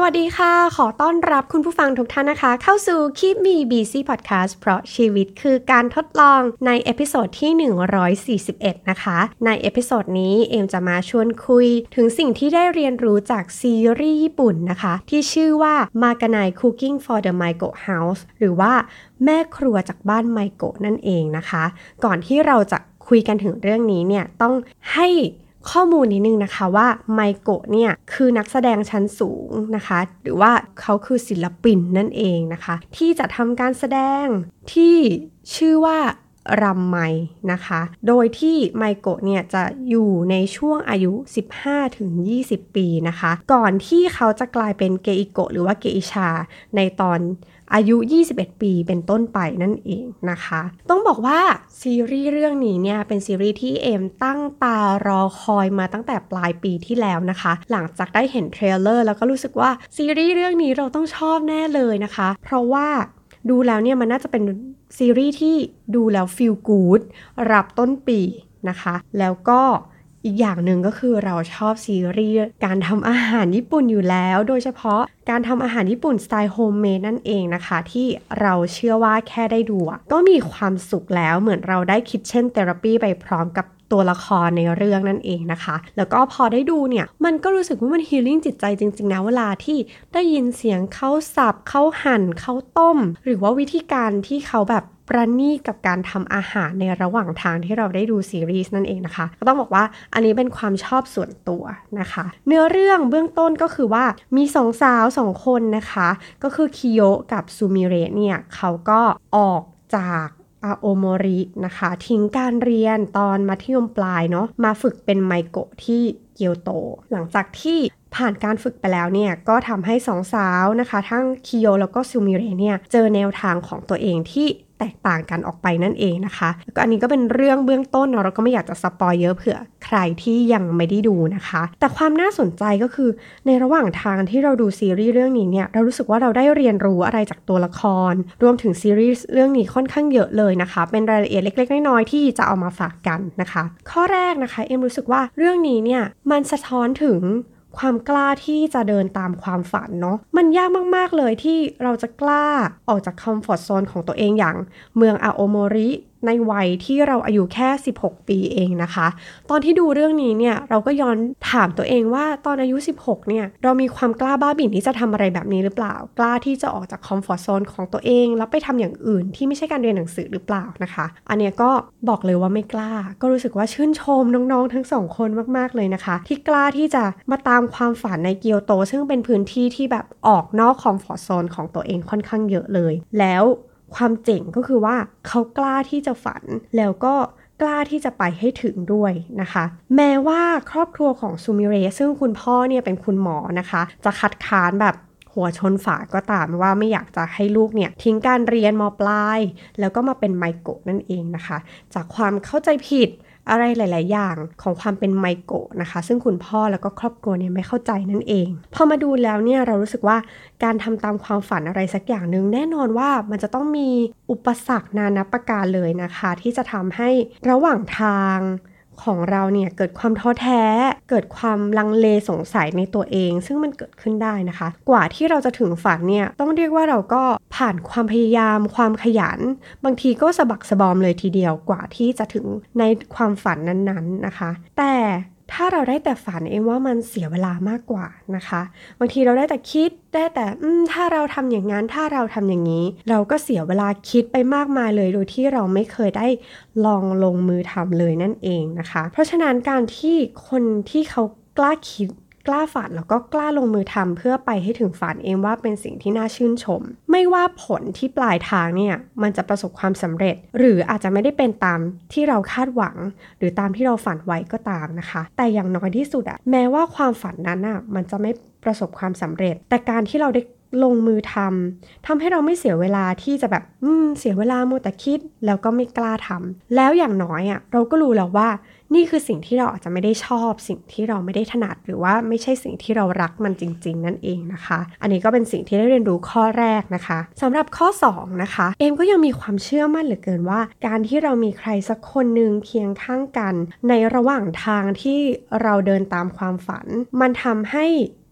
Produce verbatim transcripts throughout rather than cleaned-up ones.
วัสดีค่ะขอต้อนรับคุณผู้ฟังทุกท่านนะคะเข้าสู่ Keep Me Busy Podcast เพราะชีวิตคือการทดลองในเอพิโซดที่หนึ่งร้อยสี่สิบเอ็ดนะคะในเอพิโซดนี้เอมจะมาชวนคุยถึงสิ่งที่ได้เรียนรู้จากซีรีส์ญี่ปุ่นนะคะที่ชื่อว่า Maganai Cooking for the Maiko House หรือว่าแม่ครัวจากบ้านไมโกะนั่นเองนะคะก่อนที่เราจะคุยกันถึงเรื่องนี้เนี่ยต้องให้ข้อมูลนิดนึงนะคะว่าไมโกะเนี่ยคือนักแสดงชั้นสูงนะคะหรือว่าเขาคือศิลปินนั่นเองนะคะที่จะทำการแสดงที่ชื่อว่ารำไมนะคะโดยที่ไมโกะเนี่ยจะอยู่ในช่วงอายุ สิบห้าถึงยี่สิบ ปีนะคะก่อนที่เขาจะกลายเป็นเกอิโกะหรือว่าเกอิชาในตอนอายุยี่สิบเอ็ดปีเป็นต้นไปนั่นเองนะคะต้องบอกว่าซีรีส์เรื่องนี้เนี่ยเป็นซีรีส์ที่เอมตั้งตารอคอยมาตั้งแต่ปลายปีที่แล้วนะคะหลังจากได้เห็นเทรลเลอร์แล้วก็รู้สึกว่าซีรีส์เรื่องนี้เราต้องชอบแน่เลยนะคะเพราะว่าดูแล้วเนี่ยมันน่าจะเป็นซีรีส์ที่ดูแล้วฟีลกู๊ดรับต้นปีนะคะแล้วก็อีกอย่างหนึ่งก็คือเราชอบซีรีส์การทำอาหารญี่ปุ่นอยู่แล้วโดยเฉพาะการทำอาหารญี่ปุ่นสไตล์โฮมเมดนั่นเองนะคะที่เราเชื่อว่าแค่ได้ดูก็มีความสุขแล้วเหมือนเราได้คิทเช่นเทอราปีไปพร้อมกับตัวละครในเรื่องนั่นเองนะคะแล้วก็พอได้ดูเนี่ยมันก็รู้สึกว่ามันฮีลลิ่งจิตใจจริงๆนะเวลาที่ได้ยินเสียงเขาสับเขาหั่นเขาต้มหรือว่าวิธีการที่เขาแบบประณีตกับการทำอาหารในระหว่างทางที่เราได้ดูซีรีส์นั่นเองนะคะก็ต้องบอกว่าอันนี้เป็นความชอบส่วนตัวนะคะเนื้อเรื่องเบื้องต้นก็คือว่ามีสองสาวสองคนนะคะก็คือคิโยะกับซูมิเระเนี่ยเขาก็ออกจากอาโอโมรินะคะทิ้งการเรียนตอนมัธยมปลายเนาะมาฝึกเป็นไมโกะที่เกียวโตหลังจากที่ผ่านการฝึกไปแล้วเนี่ยก็ทำให้สองสาวนะคะทั้งคิโยแล้วก็ซูมิเระเนี่ยเจอแนวทางของตัวเองที่แตกต่างกันออกไปนั่นเองนะคะแล้วก็อันนี้ก็เป็นเรื่องเบื้องต้นเนาะเราก็ไม่อยากจะสปอยเยอะเผื่อใครที่ยังไม่ได้ดูนะคะแต่ความน่าสนใจก็คือในระหว่างทางที่เราดูซีรีส์เรื่องนี้เนี่ยเรารู้สึกว่าเราได้เรียนรู้อะไรจากตัวละครรวมถึงซีรีส์เรื่องนี้ค่อนข้างเยอะเลยนะคะเป็นรายละเอียดเล็กๆน้อยๆที่จะเอามาฝากกันนะคะข้อแรกนะคะเอ็มรู้สึกว่าเรื่องนี้เนี่ยมันสะท้อนถึงความกล้าที่จะเดินตามความฝันเนาะมันยากมากๆเลยที่เราจะกล้าออกจากคอมฟอร์ตโซนของตัวเองอย่างเมืองอาโอโมริในวัยที่เราอายุแค่สิบหกปีเองนะคะตอนที่ดูเรื่องนี้เนี่ยเราก็ย้อนถามตัวเองว่าตอนอายุสิบหกเนี่ยเรามีความกล้าบ้าบิ่นที่จะทำอะไรแบบนี้หรือเปล่ากล้าที่จะออกจากคอมฟอร์ตโซนของตัวเองแล้วไปทำอย่างอื่นที่ไม่ใช่การเรียนหนังสือหรือเปล่านะคะอันเนี้ยก็บอกเลยว่าไม่กล้าก็รู้สึกว่าชื่นชมน้องๆทั้งสองคนมากๆเลยนะคะที่กล้าที่จะมาตามความฝันในเกียวโตซึ่งเป็นพื้นที่ที่แบบออกนอกคอมฟอร์ตโซนของตัวเองค่อนข้างเยอะเลยแล้วความเจ๋งก็คือว่าเขากล้าที่จะฝันแล้วก็กล้าที่จะไปให้ถึงด้วยนะคะแม้ว่าครอบครัวของซูมิเระซึ่งคุณพ่อเนี่ยเป็นคุณหมอนะคะจะคัดค้านแบบหัวชนฝาก็ตามว่าไม่อยากจะให้ลูกเนี่ยทิ้งการเรียนม.ปลายแล้วก็มาเป็นไมโกะนั่นเองนะคะจากความเข้าใจผิดอะไรหลายๆอย่างของความเป็นไมโกะนะคะซึ่งคุณพ่อแล้วก็ครอบครัวเนี่ยไม่เข้าใจนั่นเองพอมาดูแล้วเนี่ยเรารู้สึกว่าการทำตามความฝันอะไรสักอย่างนึงแน่นอนว่ามันจะต้องมีอุปสรรคนานาประการเลยนะคะที่จะทำให้ระหว่างทางของเราเนี่ยเกิดความท้อแท้เกิดความลังเลสงสัยในตัวเองซึ่งมันเกิดขึ้นได้นะคะกว่าที่เราจะถึงฝันเนี่ยต้องเรียกว่าเราก็ผ่านความพยายามความขยันบางทีก็สะบักสะบอมเลยทีเดียวกว่าที่จะถึงในความฝันนั้นๆนะคะแต่ถ้าเราได้แต่ฝันเองว่ามันเสียเวลามากกว่านะคะบางทีเราได้แต่คิดได้แต่อืมถ้าเราทำอย่างนั้นถ้าเราทำอย่างนี้เราก็เสียเวลาคิดไปมากมายเลยโดยที่เราไม่เคยได้ลองลงมือทำเลยนั่นเองนะคะเพราะฉะนั้นการที่คนที่เขากล้าคิดกล้าฝันแล้วก็กล้าลงมือทำเพื่อไปให้ถึงฝันเองว่าเป็นสิ่งที่น่าชื่นชมไม่ว่าผลที่ปลายทางเนี่ยมันจะประสบความสำเร็จหรืออาจจะไม่ได้เป็นตามที่เราคาดหวังหรือตามที่เราฝันไว้ก็ตามนะคะแต่อย่างน้อยที่สุดอะแม้ว่าความฝันนั้นอะมันจะไม่ประสบความสำเร็จแต่การที่เราได้ลงมือทำทำให้เราไม่เสียเวลาที่จะแบบอืมเสียเวลามัวแต่คิดแล้วก็ไม่กล้าทำแล้วอย่างน้อยอะเราก็รู้แล้วว่านี่คือสิ่งที่เราอาจจะไม่ได้ชอบสิ่งที่เราไม่ได้ถนัดหรือว่าไม่ใช่สิ่งที่เรารักมันจริงๆนั่นเองนะคะอันนี้ก็เป็นสิ่งที่ได้เรียนรู้ข้อแรกนะคะสำหรับข้อสองนะคะเอมก็ยังมีความเชื่อมั่นเหลือเกินว่าการที่เรามีใครสักคนหนึ่งเคียงข้างกันในระหว่างทางที่เราเดินตามความฝันมันทำให้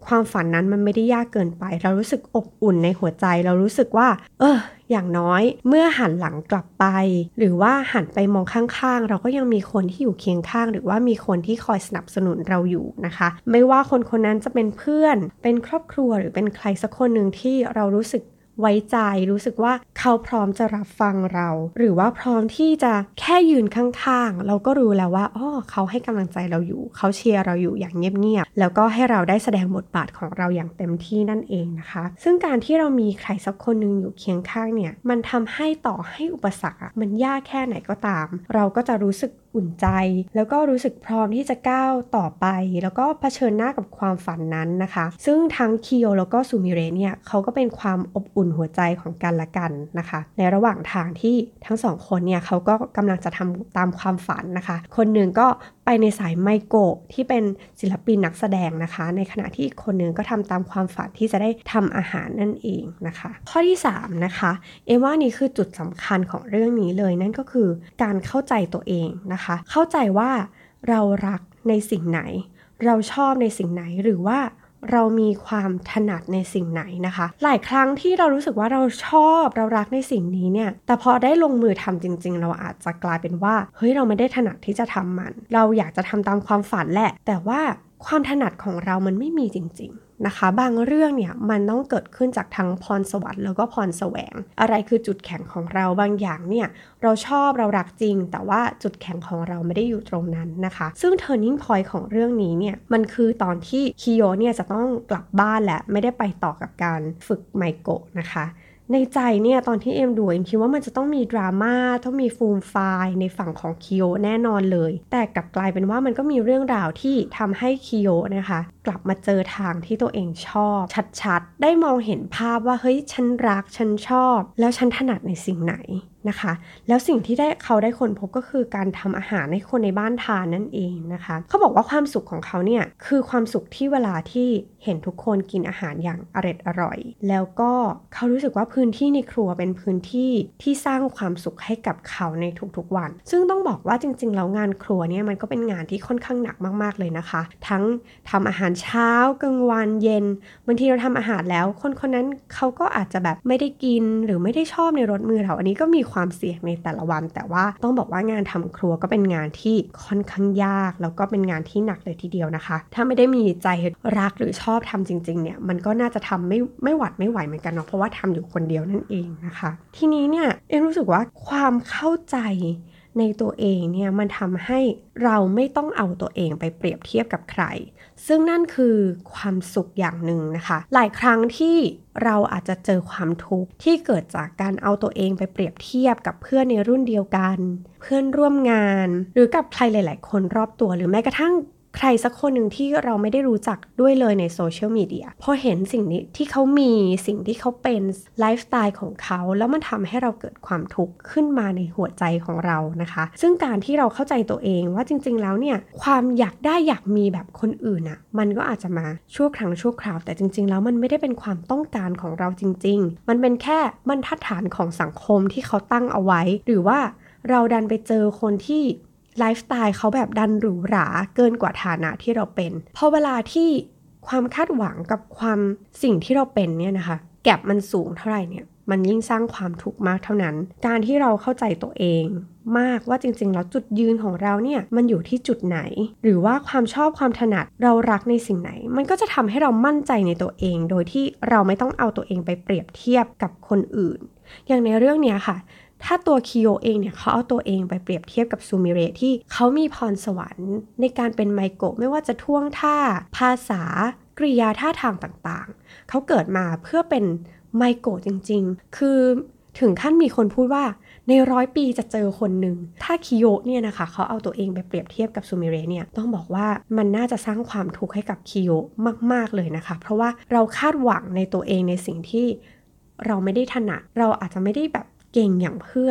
ความฝันนั้นมันไม่ได้ยากเกินไปเรารู้สึกอบอุ่นในหัวใจเรารู้สึกว่าเอออย่างน้อยเมื่อหันหลังกลับไปหรือว่าหันไปมองข้างๆเราก็ยังมีคนที่อยู่เคียงข้างหรือว่ามีคนที่คอยสนับสนุนเราอยู่นะคะไม่ว่าคนคนนั้นจะเป็นเพื่อนเป็นครอบครัวหรือเป็นใครสักคนหนึ่งที่เรารู้สึกไว้ใจรู้สึกว่าเขาพร้อมจะรับฟังเราหรือว่าพร้อมที่จะแค่ยืนข้างๆเราก็รู้แล้วว่าอ้อเขาให้กำลังใจเราอยู่เขาเชียร์เราอยู่อย่างเงียบๆแล้วก็ให้เราได้แสดงบทบาทของเราอย่างเต็มที่นั่นเองนะคะซึ่งการที่เรามีใครสักคนหนึ่งอยู่เคียงข้างเนี่ยมันทำให้ต่อให้อุปสรรคมันยากแค่ไหนก็ตามเราก็จะรู้สึกอุ่นใจแล้วก็รู้สึกพร้อมที่จะก้าวต่อไปแล้วก็เผชิญหน้ากับความฝันนั้นนะคะซึ่งทั้งคิโยแล้วก็ซูมิเระเนี่ยเขาก็เป็นความอบอุ่นหัวใจของกันและกันนะคะในระหว่างทางที่ทั้งสองคนเนี่ยเขาก็กำลังจะทำตามความฝันนะคะคนหนึ่งก็ไปในสายไมโกะที่เป็นศิลปินนักแสดงนะคะในขณะที่อีกคนหนึ่งก็ทำตามความฝันที่จะได้ทำอาหารนั่นเองนะคะข้อที่สามนะคะเอว่านี่คือจุดสำคัญของเรื่องนี้เลยนั่นก็คือการเข้าใจตัวเองนะคะเข้าใจว่าเรารักในสิ่งไหนเราชอบในสิ่งไหนหรือว่าเรามีความถนัดในสิ่งไหนนะคะหลายครั้งที่เรารู้สึกว่าเราชอบเรารักในสิ่งนี้เนี่ยแต่พอได้ลงมือทำจริงๆเราอาจจะกลายเป็นว่าเฮ้ยเราไม่ได้ถนัดที่จะทำมันเราอยากจะทำตามความฝันแหละแต่ว่าความถนัดของเรามันไม่มีจริงๆนะคะบางเรื่องเนี่ยมันต้องเกิดขึ้นจากทั้งพรสวรรค์แล้วก็พรแสวงอะไรคือจุดแข็งของเราบางอย่างเนี่ยเราชอบเรารักจริงแต่ว่าจุดแข็งของเราไม่ได้อยู่ตรงนั้นนะคะซึ่ง turning point ของเรื่องนี้เนี่ยมันคือตอนที่คิโยเนี่ยจะต้องกลับบ้านและไม่ได้ไปต่อกับการฝึกไมโกะนะคะในใจเนี่ยตอนที่เอ็มดูเอ็มคิดว่ามันจะต้องมีดราม่าต้องมีฟูมไฟล์ในฝั่งของคิโยแน่นอนเลยแต่กลับกลายเป็นว่ามันก็มีเรื่องราวที่ทำให้คิโยนะคะกลับมาเจอทางที่ตัวเองชอบชัดๆได้มองเห็นภาพว่าเฮ้ยฉันรักฉันชอบแล้วฉันถนัดในสิ่งไหนนะคะแล้วสิ่งที่ได้เขาได้ค้นพบก็คือการทำอาหารให้คนในบ้านทานนั่นเองนะคะเขาบอกว่าความสุขของเขาเนี่ยคือความสุขที่เวลาที่เห็นทุกคนกินอาหารอย่างอร่อยอร่อยแล้วก็เขารู้สึกว่าพื้นที่ในครัวเป็นพื้นที่ที่สร้างความสุขให้กับเขาในทุกๆวันซึ่งต้องบอกว่าจริงๆแล้วงานครัวเนี่ยมันก็เป็นงานที่ค่อนข้างหนักมากๆเลยนะคะทั้งทำอาหารเช้ากลางวันเย็นบางทีเราทำอาหารแล้วคนคนนั้นเขาก็อาจจะแบบไม่ได้กินหรือไม่ได้ชอบในรสมือเราอันนี้ก็มีความเสี่ยงในแต่ละวันแต่ว่าต้องบอกว่างานทำครัวก็เป็นงานที่ค่อนข้างยากแล้วก็เป็นงานที่หนักเลยทีเดียวนะคะถ้าไม่ได้มีใจรักหรือชอบทำจริงๆเนี่ยมันก็น่าจะทำไม่ไม่หวัดไม่ไหวเหมือนกันเนาะเพราะว่าทำอยู่คนเดียวนั่นเองนะคะทีนี้เนี่ยเอ็มรู้สึกว่าความเข้าใจในตัวเองเนี่ยมันทำให้เราไม่ต้องเอาตัวเองไปเปรียบเทียบกับใครซึ่งนั่นคือความสุขอย่างหนึ่งนะคะหลายครั้งที่เราอาจจะเจอความทุกข์ที่เกิดจากการเอาตัวเองไปเปรียบเทียบกับเพื่อนในรุ่นเดียวกันเพื่อนร่วมงานหรือกับใครหลายๆคนรอบตัวหรือแม้กระทั่งใครสักคนหนึ่งที่เราไม่ได้รู้จักด้วยเลยในโซเชียลมีเดียพอเห็นสิ่งนี้ที่เขามีสิ่งที่เขาเป็นไลฟ์สไตล์ของเขาแล้วมันทำให้เราเกิดความทุกข์ขึ้นมาในหัวใจของเรานะคะซึ่งการที่เราเข้าใจตัวเองว่าจริงๆแล้วเนี่ยความอยากได้อยากมีแบบคนอื่นอ่ะมันก็อาจจะมาชั่วครั้งชั่วคราวแต่จริงๆแล้วมันไม่ได้เป็นความต้องการของเราจริงๆมันเป็นแค่บรรทัดฐานของสังคมที่เขาตั้งเอาไว้หรือว่าเราดันไปเจอคนที่ไลฟ์สไตล์เขาแบบดันหรูหราเกินกว่าฐานะที่เราเป็นพอเวลาที่ความคาดหวังกับความสิ่งที่เราเป็นเนี่ยนะคะแก็บมันสูงเท่าไหร่เนี่ยมันยิ่งสร้างความทุกข์มากเท่านั้นการที่เราเข้าใจตัวเองมากว่าจริงๆแล้วจุดยืนของเราเนี่ยมันอยู่ที่จุดไหนหรือว่าความชอบความถนัดเรารักในสิ่งไหนมันก็จะทำให้เรามั่นใจในตัวเองโดยที่เราไม่ต้องเอาตัวเองไปเปรียบเทียบกับคนอื่นอย่างในเรื่องนี้ค่ะถ้าตัวคิโยเองเนี่ยเขาเอาตัวเองไปเปรียบเทียบกับซูมิเระที่เขามีพรสวรรค์ในการเป็นไมโกะไม่ว่าจะท่วงท่าภาษากริยาท่าทางต่างๆเขาเกิดมาเพื่อเป็นไมโกะจริงๆคือถึงขั้นมีคนพูดว่าในร้อยปีจะเจอคนหนึ่งถ้าคิโยเนี่ยนะคะเขาเอาตัวเองไปเปรียบเทียบกับซูมิเระเนี่ยต้องบอกว่ามันน่าจะสร้างความทุกข์ให้กับคิโยมากๆเลยนะคะเพราะว่าเราคาดหวังในตัวเองในสิ่งที่เราไม่ได้ถนัดเราอาจจะไม่ได้แบบเก่งอย่างเพื่อน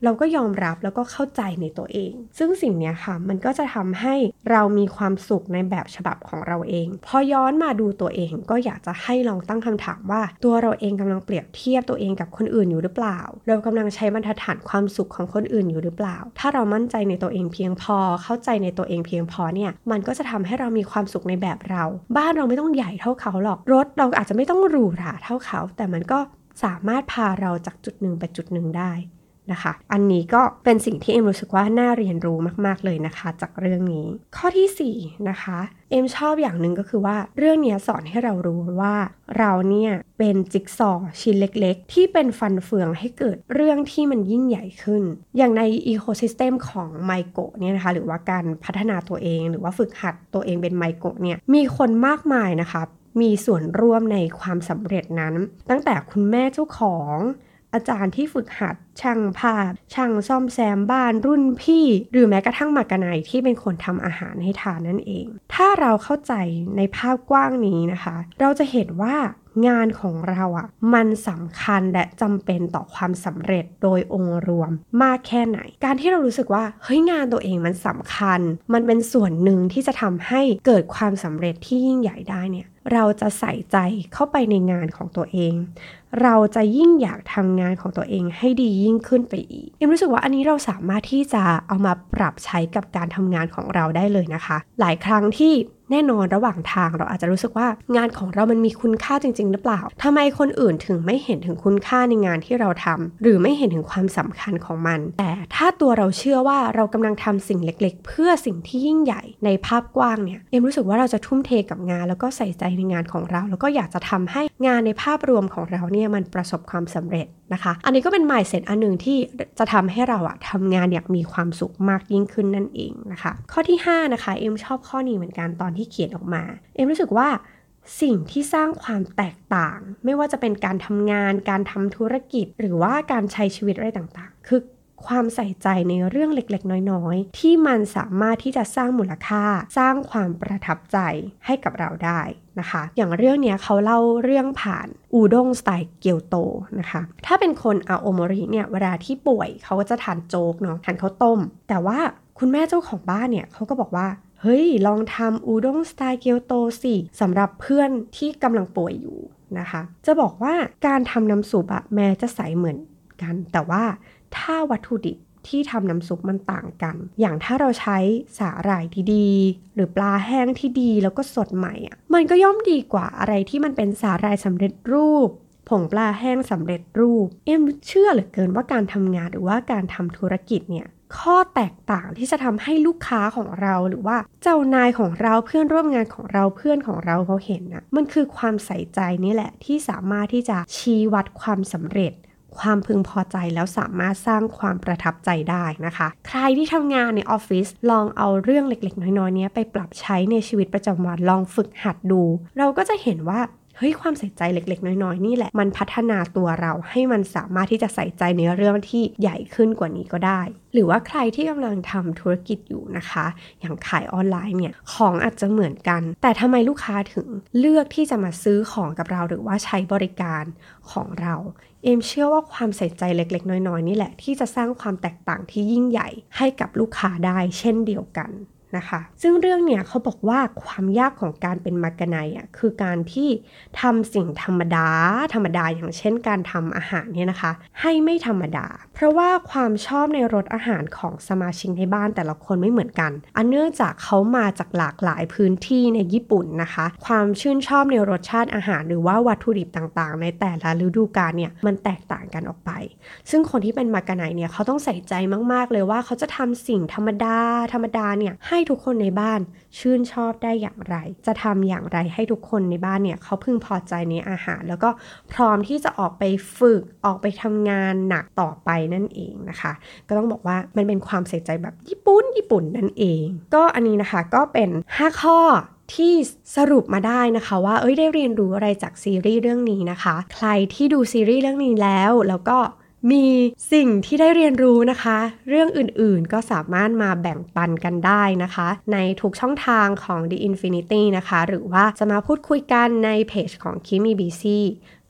เราก็ยอมรับแล้วก็เข้าใจในตัวเองซึ่งสิ่งนี้ค่ะมันก็จะทำให้เรามีความสุขในแบบฉบับของเราเองพอย้อนมาดูตัวเองก็อยากจะให้ลองตั้งคำถามว่าตัวเราเองกำลังเปรียบเทียบตัวเองกับคนอื่นอยู่หรือเปล่าเรากำลังใช้บรรทัดฐานความสุขของคนอื่นอยู่หรือเปล่าถ้าเรามั่นใจในตัวเองเพียงพอเข้าใจในตัวเองเพียงพอเนี่ยมันก็จะทำให้เรามีความสุขในแบบเราบ้านเราไม่ต้องใหญ่เท่าเขาหรอกรถเราอาจจะไม่ต้องหรูหราเท่าเขาแต่มันก็สามารถพาเราจากจุดหนึ่งไปจุดหนึ่งได้นะคะอันนี้ก็เป็นสิ่งที่เอ็มรู้สึกว่าน่าเรียนรู้มากๆเลยนะคะจากเรื่องนี้ข้อที่สี่นะคะเอ็มชอบอย่างหนึ่งก็คือว่าเรื่องนี้สอนให้เรารู้ว่าเราเนี่ยเป็นจิ๊กซอว์ชิ้นเล็กๆที่เป็นฟันเฟืองให้เกิดเรื่องที่มันยิ่งใหญ่ขึ้นอย่างในอีโคซิสเต็มของไมโกะเนี่ยนะคะหรือว่าการพัฒนาตัวเองหรือว่าฝึกหัดตัวเองเป็นไมโกะเนี่ยมีคนมากมายนะคะมีส่วนร่วมในความสำเร็จนั้นตั้งแต่คุณแม่เจ้าของอาจารย์ที่ฝึกหัดช่างภาพช่างซ่อมแซมบ้านรุ่นพี่หรือแม้กระทั่งมากนายที่เป็นคนทำอาหารให้ทานนั่นเองถ้าเราเข้าใจในภาพกว้างนี้นะคะเราจะเห็นว่างานของเราอ่ะมันสำคัญและจำเป็นต่อความสำเร็จโดยองค์รวมมากแค่ไหนการที่เรารู้สึกว่าเฮ้ยงานตัวเองมันสำคัญมันเป็นส่วนหนึ่งที่จะทำให้เกิดความสำเร็จที่ยิ่งใหญ่ได้เนี่ยเราจะใส่ใจเข้าไปในงานของตัวเองเราจะยิ่งอยากทำงานของตัวเองให้ดียิ่งขึ้นไปอีกเอ็มรู้สึกว่าอันนี้เราสามารถที่จะเอามาปรับใช้กับการทำงานของเราได้เลยนะคะหลายครั้งที่แน่นอนระหว่างทางเราอาจจะรู้สึกว่างานของเรามันมีคุณค่าจริงๆหรือเปล่าทำไมคนอื่นถึงไม่เห็นถึงคุณค่าในงานที่เราทำหรือไม่เห็นถึงความสำคัญของมันแต่ถ้าตัวเราเชื่อว่าเรากำลังทำสิ่งเล็กๆเพื่อสิ่งที่ยิ่งใหญ่ในภาพกว้างเนี่ยเอ็มรู้สึกว่าเราจะทุ่มเทกับงานแล้วก็ใส่ใจในงานของเราแล้วก็อยากจะทำให้งานในภาพรวมของเราเนี่ยมันประสบความสำเร็จนะคะอันนี้ก็เป็น mindset อันหนึ่งที่จะทำให้เราอะทำงานอย่างมีความสุขมากยิ่งขึ้นนั่นเองนะคะข้อที่ห้านะคะเอ็มชอบข้อนี้เหมือนกันตอนที่เขียนออกมาเอ็มรู้สึกว่าสิ่งที่สร้างความแตกต่างไม่ว่าจะเป็นการทำงานการทำธุรกิจหรือว่าการใช้ชีวิตอะไรต่างๆคือความใส่ใจในเรื่องเล็กๆน้อยๆที่มันสามารถที่จะสร้างมูลค่าสร้างความประทับใจให้กับเราได้นะคะอย่างเรื่องนี้เขาเล่าเรื่องผ่านอูด้งสไตล์เกียวโตนะคะถ้าเป็นคนอาโอโมริเนี่ยเวลาที่ป่วยเขาก็จะทานโจ๊กเนาะทานข้าวต้มแต่ว่าคุณแม่เจ้าของบ้านเนี่ยเขาก็บอกว่าเฮ้ยลองทำอูด้งสไตล์เกียวโตสิสำหรับเพื่อนที่กำลังป่วยอยู่นะคะจะบอกว่าการทำน้ำซุปอะแม้จะใสเหมือนกันแต่ว่าถ้าวัตถุดิบที่ทำน้ำซุปมันต่างกันอย่างถ้าเราใช้สาหร่ายที่ดีหรือปลาแห้งที่ดีแล้วก็สดใหม่อ่ะมันก็ย่อมดีกว่าอะไรที่มันเป็นสาหร่ายสำเร็จรูปผงปลาแห้งสำเร็จรูปเอ็มเชื่อเหลือเกินว่าการทำงานหรือว่าการทำธุรกิจเนี่ยข้อแตกต่างที่จะทำให้ลูกค้าของเราหรือว่าเจ้านายของเราเพื่อนร่วมงานของเราเพื่อนของเราเขาเห็นนะมันคือความใส่ใจนี่แหละที่สามารถที่จะชี้วัดความสำเร็จความพึงพอใจแล้วสามารถสร้างความประทับใจได้นะคะใครที่ทำงานในออฟฟิศลองเอาเรื่องเล็กๆน้อยๆนี้ไปปรับใช้ในชีวิตประจำวันลองฝึกหัดดูเราก็จะเห็นว่าเฮ้ยความใส่ใจเล็กๆน้อยๆนี่แหละมันพัฒนาตัวเราให้มันสามารถที่จะใส่ใจในเรื่องที่ใหญ่ขึ้นกว่านี้ก็ได้หรือว่าใครที่กำลังทำธุรกิจอยู่นะคะอย่างขายออนไลน์เนี่ยของอาจจะเหมือนกันแต่ทำไมลูกค้าถึงเลือกที่จะมาซื้อของกับเราหรือว่าใช้บริการของเราเอ็มเชื่อว่าความใส่ใจเล็กๆน้อยๆนี่แหละที่จะสร้างความแตกต่างที่ยิ่งใหญ่ให้กับลูกค้าได้เช่นเดียวกันนะคะซึ่งเรื่องเนี่ยเขาบอกว่าความยากของการเป็นมากนัยอ่ะคือการที่ทำสิ่งธรรมดาธรรมดาอย่างเช่นการทำอาหารเนี่ยนะคะให้ไม่ธรรมดาเพราะว่าความชอบในรสอาหารของสมาชิกในบ้านแต่ละคนไม่เหมือนกันอันเนื่องจากเขามาจากหลากหลายพื้นที่ในญี่ปุ่นนะคะความชื่นชอบในรสชาติอาหารหรือว่าวัตถุดิบต่างๆในแต่ละฤดูกาลเนี่ยมันแตกต่างกันออกไปซึ่งคนที่เป็นมากนัยเนี่ยเขาต้องใส่ใจมากๆเลยว่าเขาจะทำสิ่งธรรมดาธรรมดาเนี่ยให้ทุกคนในบ้านชื่นชอบได้อย่างไรจะทำอย่างไรให้ทุกคนในบ้านเนี่ยเขาพึงพอใจในอาหารแล้วก็พร้อมที่จะออกไปฝึกออกไปทำงานหนักต่อไปนั่นเองนะคะก็ต้องบอกว่ามันเป็นความใส่ใจแบบญี่ปุ่นญี่ปุ่นนั่นเองก็อันนี้นะคะก็เป็นห้าข้อที่สรุปมาได้นะคะว่าเอ้ยได้เรียนรู้อะไรจากซีรีส์เรื่องนี้นะคะใครที่ดูซีรีส์เรื่องนี้แล้วแล้วก็มีสิ่งที่ได้เรียนรู้นะคะเรื่องอื่นๆก็สามารถมาแบ่งปันกันได้นะคะในทุกช่องทางของ The Infinity นะคะหรือว่าจะมาพูดคุยกันในเพจของ Kimi บี ซี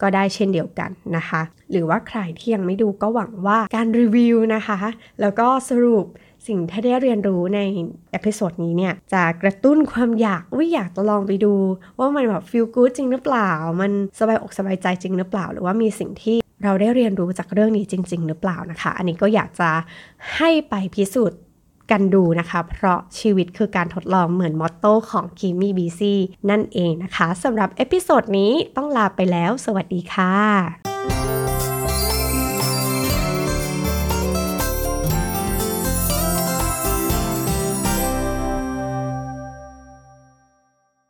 ก็ได้เช่นเดียวกันนะคะหรือว่าใครที่ยังไม่ดูก็หวังว่าการรีวิวนะคะแล้วก็สรุปสิ่งที่ได้เรียนรู้ในเอพิโซดนี้เนี่ยจะกระตุ้นความอยากว่าอยากจะลองไปดูว่ามันแบบ feel good จริงหรือเปล่ามันสบายอกสบายใจจริงหรือเปล่าหรือว่ามีสิ่งที่เราได้เรียนรู้จากเรื่องนี้จริงๆหรือเปล่านะคะอันนี้ก็อยากจะให้ไปพิสูจน์กันดูนะคะเพราะชีวิตคือการทดลองเหมือนมอตโต้ของ Gimme Busy นั่นเองนะคะสำหรับเอพิโซดนี้ต้องลาไปแล้วสวัสดีค่ะ